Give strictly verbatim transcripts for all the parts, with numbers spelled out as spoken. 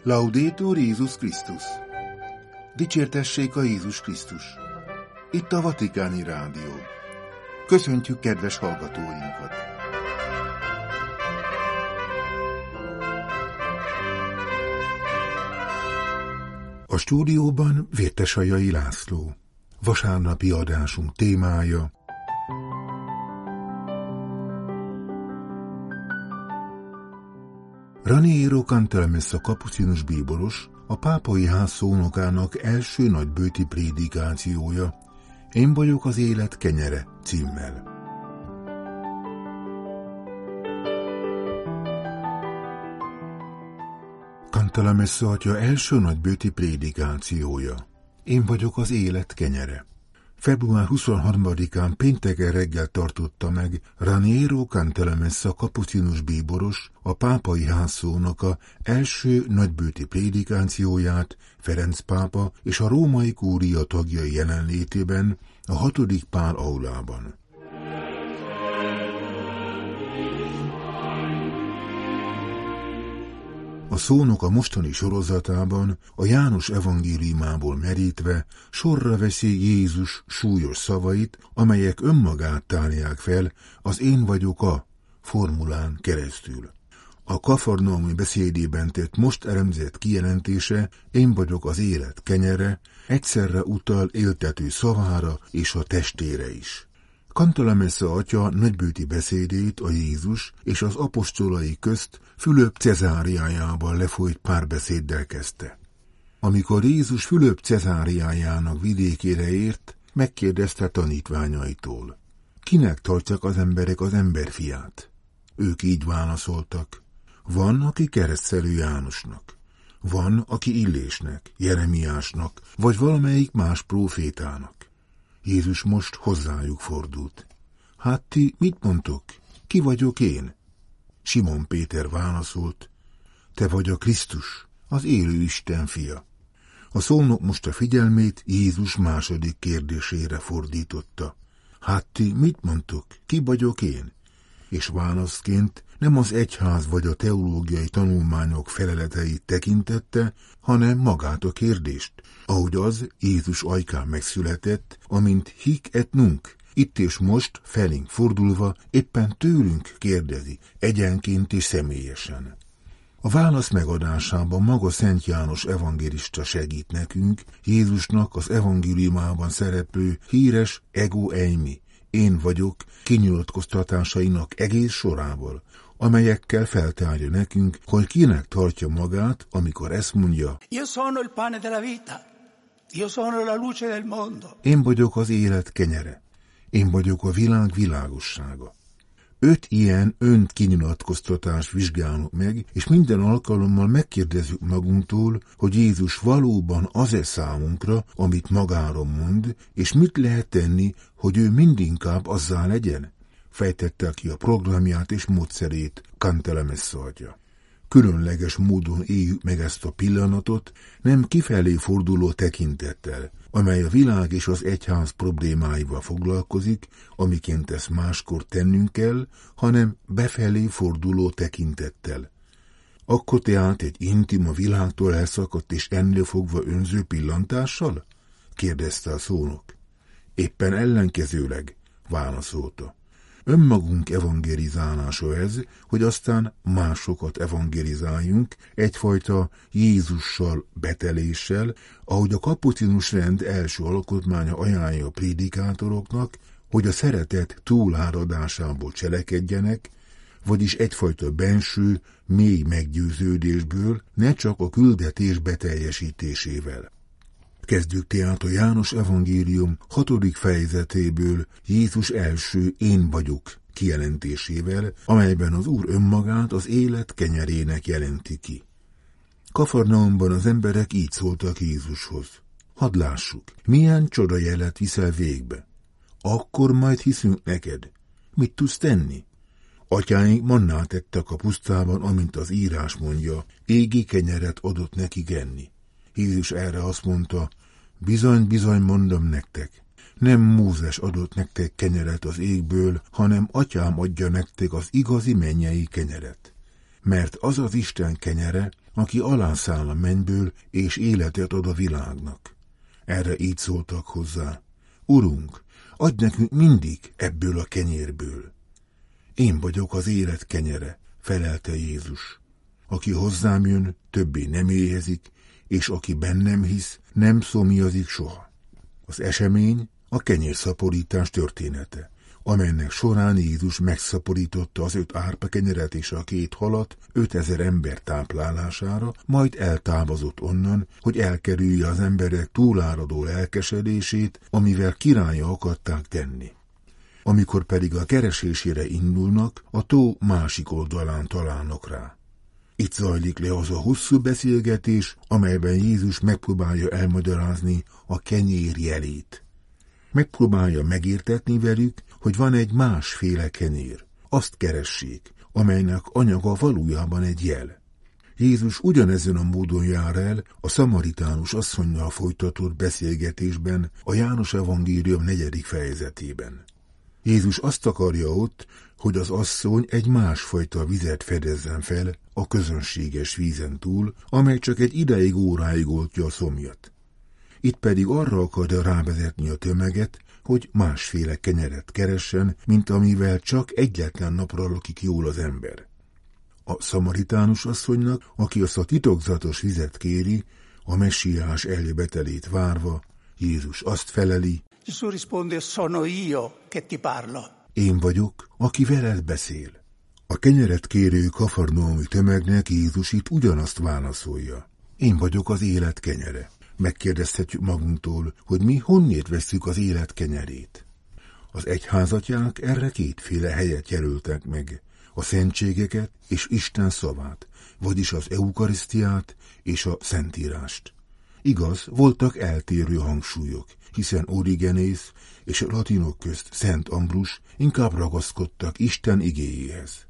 Laudetur Jézus Krisztus! Dicsértessék a Jézus Krisztus! Itt a Vatikáni Rádió. Köszöntjük kedves hallgatóinkat! A stúdióban Vértesajai László. Vasárnapi adásunk témája: Raniero Cantalamessa kapucinus bíboros, a pápai ház szónokának első nagybőti prédikációja, Én vagyok az élet kenyere címmel. Cantalamessa atya első nagybőti prédikációja, Én vagyok az élet kenyere. február huszonharmadikán pénteken reggel tartotta meg Raniero Cantalamessa kapucinus bíboros, a pápai ház szónoka első nagybőti prédikációját Ferenc pápa és a római kúria tagjai jelenlétében a hatodik Pál aulában. A szónok a mostani sorozatában a János evangéliumából merítve sorra veszi Jézus súlyos szavait, amelyek önmagát tárják fel az Én vagyok a formulán keresztül. A kafarnaumi beszédében tett most elemzett kijelentése, Én vagyok az élet kenyere, egyszerre utal éltető szavára és a testére is. Cantalamessa atya nagybőti beszédét a Jézus és az apostolai közt Fülöp Cezáriájában lefolyt párbeszéddel kezdte. Amikor Jézus Fülöp Cezáriájának vidékére ért, megkérdezte tanítványaitól: Kinek tartják az emberek az emberfiát? Ők így válaszoltak: Van, aki keresztelő Jánosnak, van, aki Illésnek, Jeremiásnak, vagy valamelyik más prófétának. Jézus most hozzájuk fordult. Hát ti mit mondtok? Ki vagyok én? Simon Péter válaszolt: Te vagy a Krisztus, az élő Isten fia. A szónok most a figyelmét Jézus második kérdésére fordította. Hát ti mit mondtok? Ki vagyok én? És válaszként nem az egyház vagy a teológiai tanulmányok feleleteit tekintette, hanem magát a kérdést, ahogy az Jézus ajkán megszületett, amint hic et nunc, itt és most felénk fordulva éppen tőlünk kérdezi, egyenként és személyesen. A válasz megadásában maga Szent János evangélista segít nekünk Jézusnak az evangéliumában szereplő híres ego eimi, én vagyok kinyilatkoztatásainak egész sorával, amelyekkel feltárja nekünk, hogy kinek tartja magát, amikor ezt mondja: Io sono il pane della vita. Io sono la luce del mondo. Én vagyok az élet kenyere. Én vagyok a világ világossága. Öt ilyen önkinyilatkoztatást vizsgálunk meg, és minden alkalommal megkérdezzük magunktól, hogy Jézus valóban az-e számunkra, amit magáról mond, és mit lehet tenni, hogy ő mindinkább azzá legyen? Fejtette ki a programját és módszerét Cantalamessa atya. Különleges módon éljük meg ezt a pillanatot, nem kifelé forduló tekintettel, amely a világ és az egyház problémáival foglalkozik, amiként ezt máskor tennünk kell, hanem befelé forduló tekintettel. Akkor tehát egy intim, a világtól elszakadt és ennél fogva önző pillantással? Kérdezte a szónok. Éppen ellenkezőleg, válaszolta. Önmagunk evangelizálása ez, hogy aztán másokat evangelizáljunk, egyfajta Jézussal beteléssel, ahogy a kapucinus rend első alkotmánya ajánlja a prédikátoroknak, hogy a szeretet túláradásából cselekedjenek, vagyis egyfajta benső, mély meggyőződésből, ne csak a küldetés beteljesítésével. Kezdjük tehát a János evangélium hatodik fejezetéből Jézus első Én vagyok kijelentésével, amelyben az Úr önmagát az élet kenyerének jelenti ki. Kafarnaumban az emberek így szóltak Jézushoz: Hadd lássuk, milyen csodajelet viszel végbe. Akkor majd hiszünk neked. Mit tudsz tenni? Atyáink mannát ettek a pusztában, amint az írás mondja, égi kenyeret adott nekik enni. Jézus erre azt mondta: Bizony, bizony mondom nektek, nem Mózes adott nektek kenyeret az égből, hanem Atyám adja nektek az igazi mennyei kenyeret. Mert az az Isten kenyere, aki alászáll a mennyből, és életet ad a világnak. Erre így szóltak hozzá: Urunk, adj nekünk mindig ebből a kenyérből. Én vagyok az élet kenyere, felelte Jézus. Aki hozzám jön, többé nem éhezik, és aki bennem hisz, nem szomjazik soha. Az esemény a kenyérszaporítás története, amelynek során Jézus megszaporította az öt árpa kenyeret és a két halat ötezer ember táplálására, majd eltávozott onnan, hogy elkerülje az emberek túláradó lelkesedését, amivel királya akarták tenni. Amikor pedig a keresésére indulnak, a tó másik oldalán találnak rá. Itt zajlik le az a hosszú beszélgetés, amelyben Jézus megpróbálja elmagyarázni a kenyér jelét. Megpróbálja megértetni velük, hogy van egy másféle kenyér. Azt keressék, amelynek anyaga valójában egy jel. Jézus ugyanezen a módon jár el a szamaritánus asszonnyal folytatott beszélgetésben a János evangélium negyedik fejezetében. Jézus azt akarja ott, hogy az asszony egy másfajta vizet fedezzen fel a közönséges vízen túl, amely csak egy ideig óráig oltja a szomjat. Itt pedig arra akarja rávezetni a tömeget, hogy másféle kenyeret keressen, mint amivel csak egyetlen napra lakik jól az ember. A szamaritánus asszonynak, aki azt a titokzatos vizet kéri, a messiás eljövetelét várva, Jézus azt feleli: Gesù risponde: sono io che ti parlo. Én vagyok, aki veled beszél. A kenyeret kérő kafarnaumi tömegnek Jézus itt ugyanazt válaszolja: Én vagyok az élet kenyere. Megkérdezhetjük magunktól, hogy mi honnét vesszük az élet kenyerét. Az egyházatják erre kétféle helyet jelöltek meg: a szentségeket és Isten szavát, vagyis az eukarisztiát és a szentírást. Igaz, voltak eltérő hangsúlyok, hiszen Origenész és a latinok közt Szent Ambrus inkább ragaszkodtak Isten igéjéhez.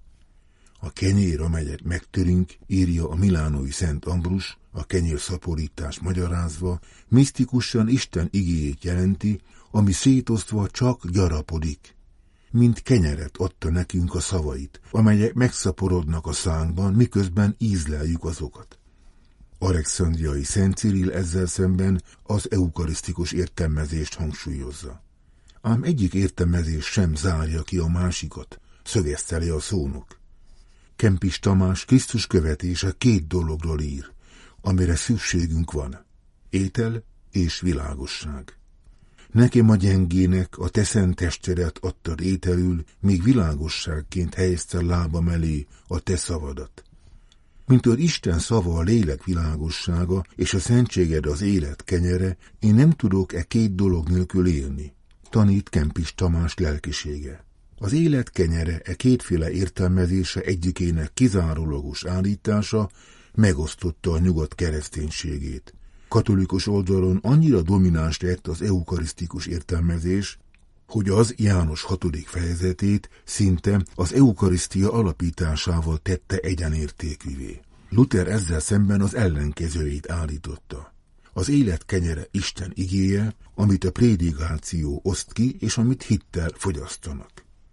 A kenyér, amelyet megtörünk, írja a milánói Szent Ambrus, a kenyérszaporítás magyarázva, misztikusan Isten igéjét jelenti, ami szétosztva csak gyarapodik. Mint kenyeret adta nekünk a szavait, amelyek megszaporodnak a szánkban, miközben ízleljük azokat. Alexandriai Szent Cirill ezzel szemben az eukarisztikus értelmezést hangsúlyozza. Ám egyik értelmezés sem zárja ki a másikat, szögezte le a szónok. Kempis Tamás Krisztus követése két dologról ír, amire szükségünk van: étel és világosság. Nekem a gyengének a te szent testedet adtad ételül, míg világosságként helyezte lábam elé a te szavadat. Mint hogy Isten szava a lélek világossága, és a szentséged az élet kenyere, én nem tudok e két dolog nélkül élni, tanít Kempis Tamás lelkisége. Az élet kenyere e kétféle értelmezése egyikének kizárólagos állítása megosztotta a nyugat kereszténységét. Katolikus oldalon annyira domináns lett az eukarisztikus értelmezés, hogy az János hatodik fejezetét szinte az eukarisztia alapításával tette egyenértékűvé. Luther ezzel szemben az ellenkezőjét állította. Az élet kenyere Isten igéje, amit a prédikáció oszt ki, és amit hittel fogyasztanak.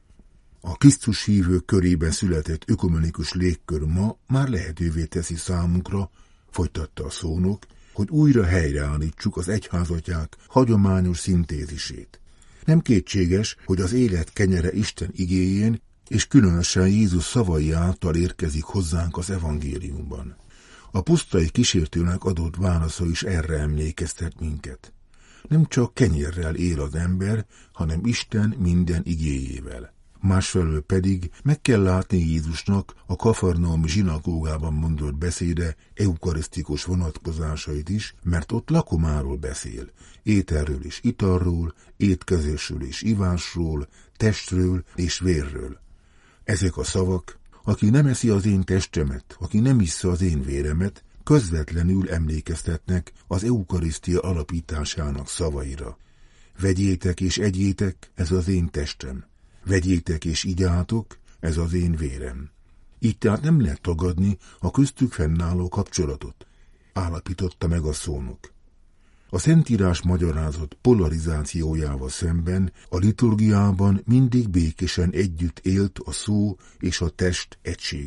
A Krisztus hívők körében született ökumenikus légkör ma már lehetővé teszi számunkra, folytatta a szónok, hogy újra helyreállítsuk az egyházatják hagyományos szintézisét. Nem kétséges, hogy az élet kenyere Isten igéjén, és különösen Jézus szavai által érkezik hozzánk az evangéliumban. A pusztai kísértőnek adott válasza is erre emlékeztet minket. Nem csak kenyérrel él az ember, hanem Isten minden igéjével. Másfelől pedig meg kell látni Jézusnak a kafarnaumi zsinagógában mondott beszéde eukarisztikus vonatkozásait is, mert ott lakomáról beszél, ételről és italról, étkezésről és ivásról, testről és vérről. Ezek a szavak: aki nem eszi az én testemet, aki nem issza az én véremet, közvetlenül emlékeztetnek az eukarisztia alapításának szavaira. Vegyétek és egyétek, ez az én testem. Vegyétek és igyátok, ez az én vérem. Így tehát nem lehet tagadni a köztük fennálló kapcsolatot, állapította meg a szónok. A Szentírás magyarázat polarizációjával szemben a liturgiában mindig békésen együtt élt a szó és a test egysége.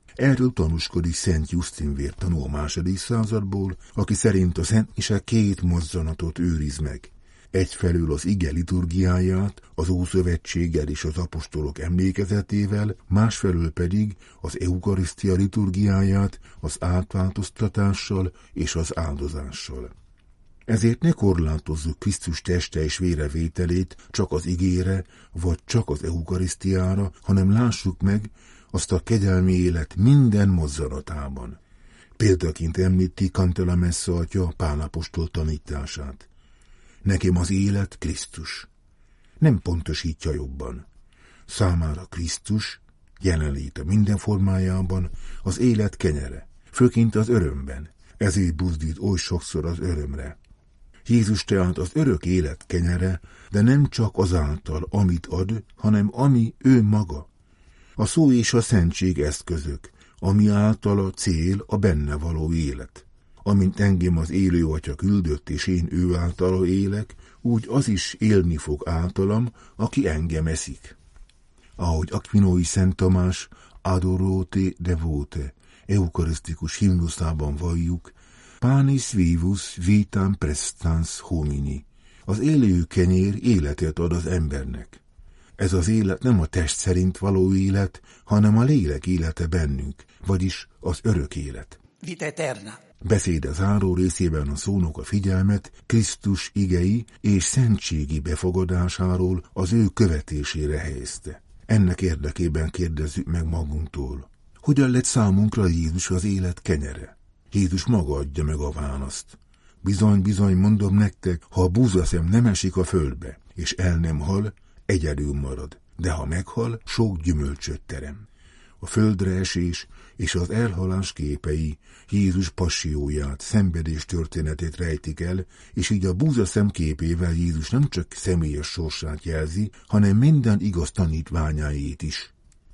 Erről tanúskodik Szent Justin vértanú a második századból, aki szerint a Szent Mise két mozzanatot őriz meg. Egyfelől az ige liturgiáját, az Ószövetséggel és az apostolok emlékezetével, másfelől pedig az eukarisztia liturgiáját az átváltoztatással és az áldozással. Ezért ne korlátozzuk Krisztus teste és vére vételét csak az igére, vagy csak az eukarisztiára, hanem lássuk meg azt a kegyelmi élet minden mozzanatában. Példaként említi Cantalamessa atya Pál apostol tanítását. Nekem az élet Krisztus. Nem pontosítja jobban. Számára Krisztus, jelenléte minden formájában, az élet kenyere, főként az örömben, ezért buzdít oly sokszor az örömre. Jézus tehát az örök élet kenyere, de nem csak azáltal, amit ad, hanem ami ő maga. A szó és a szentség eszközök, ami által a cél a benne való élet. Amint engem az élő atya küldött, és én ő általa élek, úgy az is élni fog általam, aki engem eszik. Ahogy Aquinói Szent Tamás Adorote Devote eukarisztikus himnuszában valljuk, Panis vivus vitam prestans homini. Az élő kenyér életet ad az embernek. Ez az élet nem a test szerint való élet, hanem a lélek élete bennünk, vagyis az örök élet. Vita eterna. Beszéde záró részében a szónok a figyelmet Krisztus igei és szentségi befogadásáról az ő követésére helyezte. Ennek érdekében kérdezzük meg magunktól, hogyan lett számunkra Jézus az élet kenyere? Jézus maga adja meg a választ. Bizony, bizony, mondom nektek, ha a búzaszem nem esik a földbe, és el nem hal, egyedül marad, de ha meghal, sok gyümölcsöt terem. A földre esés és az elhalás képei Jézus passzióját, szenvedés történetét rejtik el, és így a búzaszem képével Jézus nem csak személyes sorsát jelzi, hanem minden igaz tanítványáét is.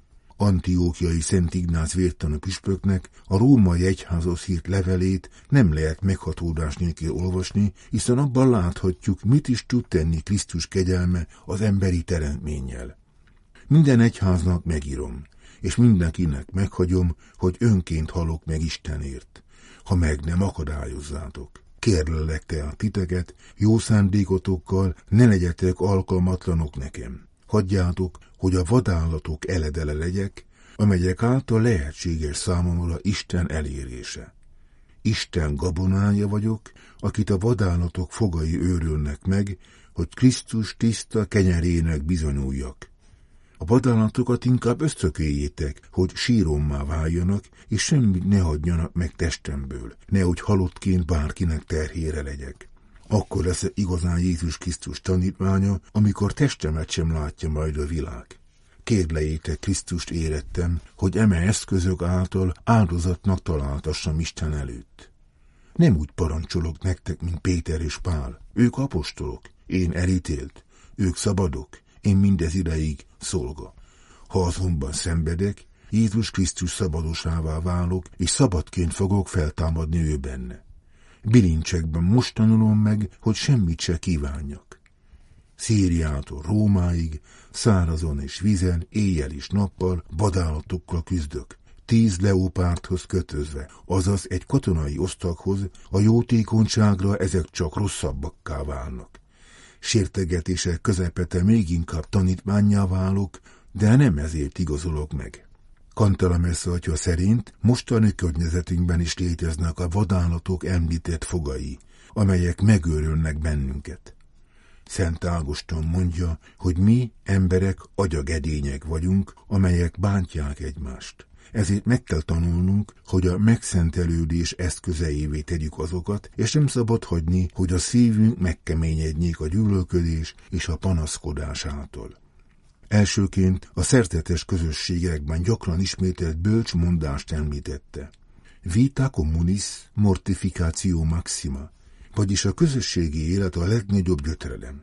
Antiókiai Szent Ignác vértanú püspöknek a római egyházhoz írt levelét nem lehet meghatódás nélkül olvasni, hiszen abban láthatjuk, mit is tud tenni Krisztus kegyelme az emberi teremtménnyel. Minden egyháznak megírom, és mindenkinek meghagyom, hogy önként halok meg Istenért, ha meg nem akadályozzátok. Kérlellek tehát titeket, jó szándékotokkal ne legyetek alkalmatlanok nekem. Hagyjátok, hogy a vadállatok eledele legyek, amelyek által lehetséges számomra Isten elérése. Isten gabonája vagyok, akit a vadállatok fogai őrölnek meg, hogy Krisztus tiszta kenyerének bizonyuljak. A vadállatokat inkább ösztökéljétek, hogy sírommá váljanak, és semmit ne hagyjanak meg testemből, nehogy halottként bárkinek terhére legyek. Akkor lesz igazán Jézus Krisztus tanítványa, amikor testemet sem látja majd a világ. Kérlejétek Krisztust érettem, hogy eme eszközök által áldozatnak találtassam Isten előtt. Nem úgy parancsolok nektek, mint Péter és Pál. Ők apostolok, én elítélt, ők szabadok, én mindez ideig szolga. Ha azonban szenvedek, Jézus Krisztus szabadosává válok, és szabadként fogok feltámadni ő benne. Bilincsekben most tanulom meg, hogy semmit se kívánjak. Szíriától Rómáig, szárazon és vízen, éjjel és nappal, vadállatokkal küzdök, tíz leopárdhoz kötözve, azaz egy katonai osztaghoz, a jótékonyságra ezek csak rosszabbakká válnak. Sértegetések közepete még inkább tanítvánnyá válok, de nem ezért igazolok meg. Cantalamessa atya szerint mostani környezetünkben is léteznek a vadállatok említett fogai, amelyek megőrölnek bennünket. Szent Ágoston mondja, hogy mi, emberek, agyagedények vagyunk, amelyek bántják egymást. Ezért meg kell tanulnunk, hogy a megszentelődés eszközeivé tegyük azokat, és nem szabad hagyni, hogy a szívünk megkeményedjék a gyűlölködés és a panaszkodásától. Elsőként a szerzetes közösségekben gyakran ismételt bölcs mondást említette. Vita communis mortificatio maxima, vagyis a közösségi élet a legnagyobb gyötrelem.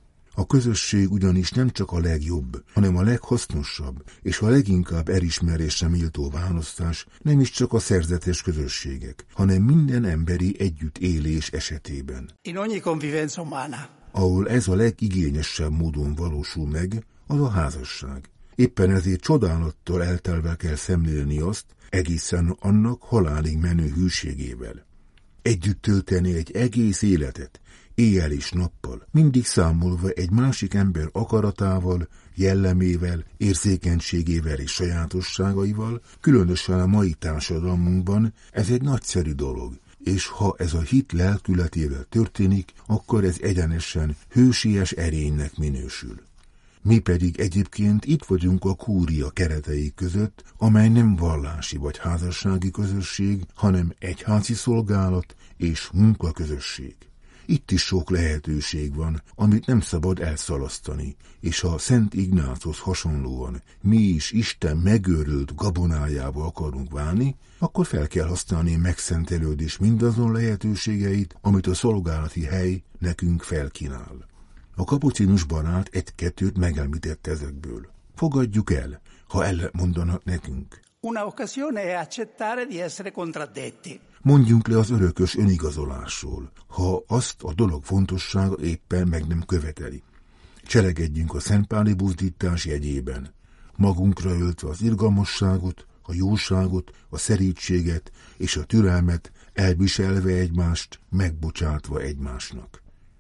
A közösség ugyanis nem csak a legjobb, hanem a leghasznosabb és a leginkább elismerésre méltó választás nem is csak a szerzetes közösségek, hanem minden emberi együttélés esetében. In ogni convivenza umana. Ahol ez a legigényesebb módon valósul meg, az a házasság. Éppen ezért csodálattal eltelve kell szemlélni azt, egészen annak halálig menő hűségével. Együtt tölteni egy egész életet, éjjel és nappal, mindig számolva egy másik ember akaratával, jellemével, érzékenységével és sajátosságaival, különösen a mai társadalmunkban ez egy nagyszerű dolog, és ha ez a hit lelkületével történik, akkor ez egyenesen hősies erénynek minősül. Mi pedig egyébként itt vagyunk a kúria keretei között, amely nem vallási vagy házassági közösség, hanem egyházi szolgálat és munkaközösség. Itt is sok lehetőség van, amit nem szabad elszalasztani, és ha Szent Ignáchoz hasonlóan mi is Isten megőrült gabonájába akarunk válni, akkor fel kell használni megszentelődés mindazon lehetőségeit, amit a szolgálati hely nekünk felkínál. A kapucinus barát egy-kettőt megemlített ezekből. Fogadjuk el, ha ellentmondanak nekünk. Una occasione è accettare di essere contraddetti. Mondjunk le az örökös önigazolásról, ha azt a dolog fontossága éppen meg nem követeli. Cselekedjünk a szentpáli buzdítás jegyében, magunkra öltve az irgalmasságot, a jóságot, a szerítséget és a türelmet, elviselve egymást, megbocsátva egymásnak.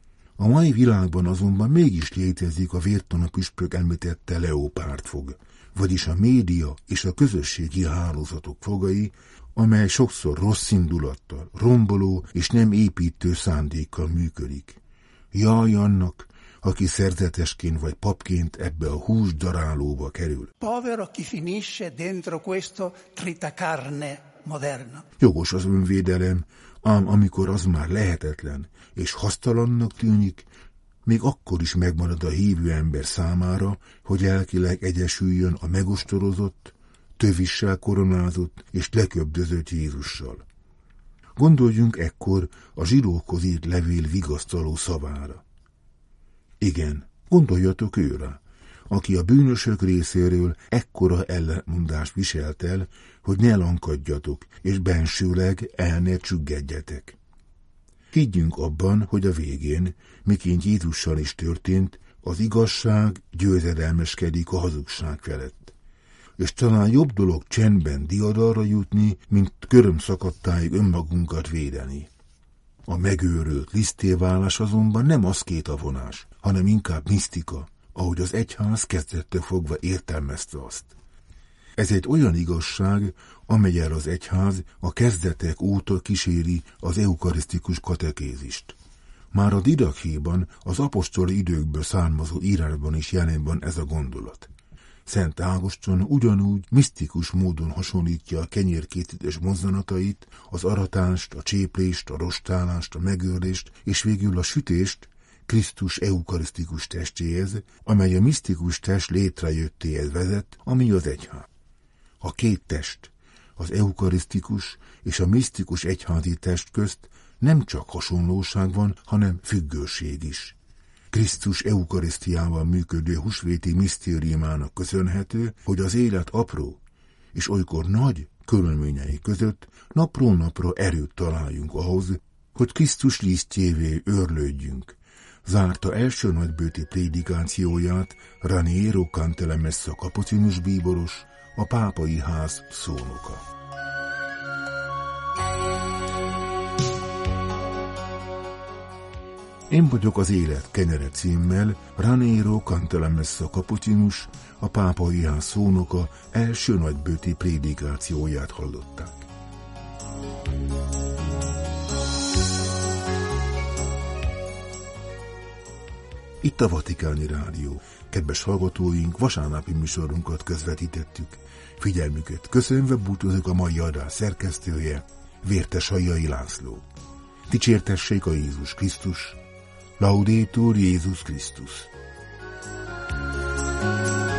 A mai világban azonban mégis létezik a vértana püspök említette Leopárdfog, vagyis a média és a közösségi hálózatok fogai, amely sokszor rossz indulattal, romboló és nem építő szándékkal működik. Jaj annak, aki szerzetesként vagy papként ebbe a húsdarálóba kerül. Povero chi finisce dentro questo tritacarne moderno. Jogos az önvédelem, ám amikor az már lehetetlen és hasztalannak tűnik, még akkor is megmarad a hívő ember számára, hogy lelkileg egyesüljön a megostorozott, tövissel koronázott és leköbdözött Jézussal. Gondoljunk ekkor a zsidókhoz írt levél vigasztaló szavára. Igen, gondoljatok őre, aki a bűnösök részéről ekkora ellentmondást viselt el, hogy ne lankadjatok, és bensőleg el ne csüggedjetek. Higgyünk abban, hogy a végén, miként Jézussal is történt, az igazság győzedelmeskedik a hazugság felett. És talán jobb dolog csendben diadalra jutni, mint körömszakadtáig önmagunkat védeni. A megőrült lisztéválás azonban nem aszkétavonás, hanem inkább misztika, ahogy az egyház kezdettől fogva értelmezte azt. Ez egy olyan igazság, amelyel az egyház a kezdetek óta kíséri az eukarisztikus katekézist. Már a Didakhéban, az apostoli időkből származó írásban is jelen van ez a gondolat. Szent Ágoston ugyanúgy misztikus módon hasonlítja a kenyérkészítés mozzanatait, az aratást, a cséplést, a rostálást, a megőrlést és végül a sütést Krisztus eukarisztikus testéhez, amely a misztikus test létrejöttéhez vezet, ami az egyház. A két test, az eukarisztikus és a misztikus egyházi test közt nem csak hasonlóság van, hanem függőség is. Krisztus eukarisztiával működő húsvéti misztériumának köszönhető, hogy az élet apró és olykor nagy körülményei között napról napra erőt találjunk ahhoz, hogy Krisztus lisztjévé őrlődjünk. Zárta első nagybőti prédikációját Raniero Cantalamessa kapucinus bíboros, a pápai ház szónoka. Én vagyok az Élet kenyere címmel Raniero Cantalamessa kapucinus, a pápai ház szónoka első nagybőti prédikációját hallották. Itt a Vatikáni Rádió. Kedves hallgatóink, vasárnapi műsorunkat közvetítettük. Figyelmüket köszönve búcsúzik a mai adás szerkesztője, Vértes Hajai László. Dicsértessék a Jézus Krisztus! Laudetur Jézus Krisztus!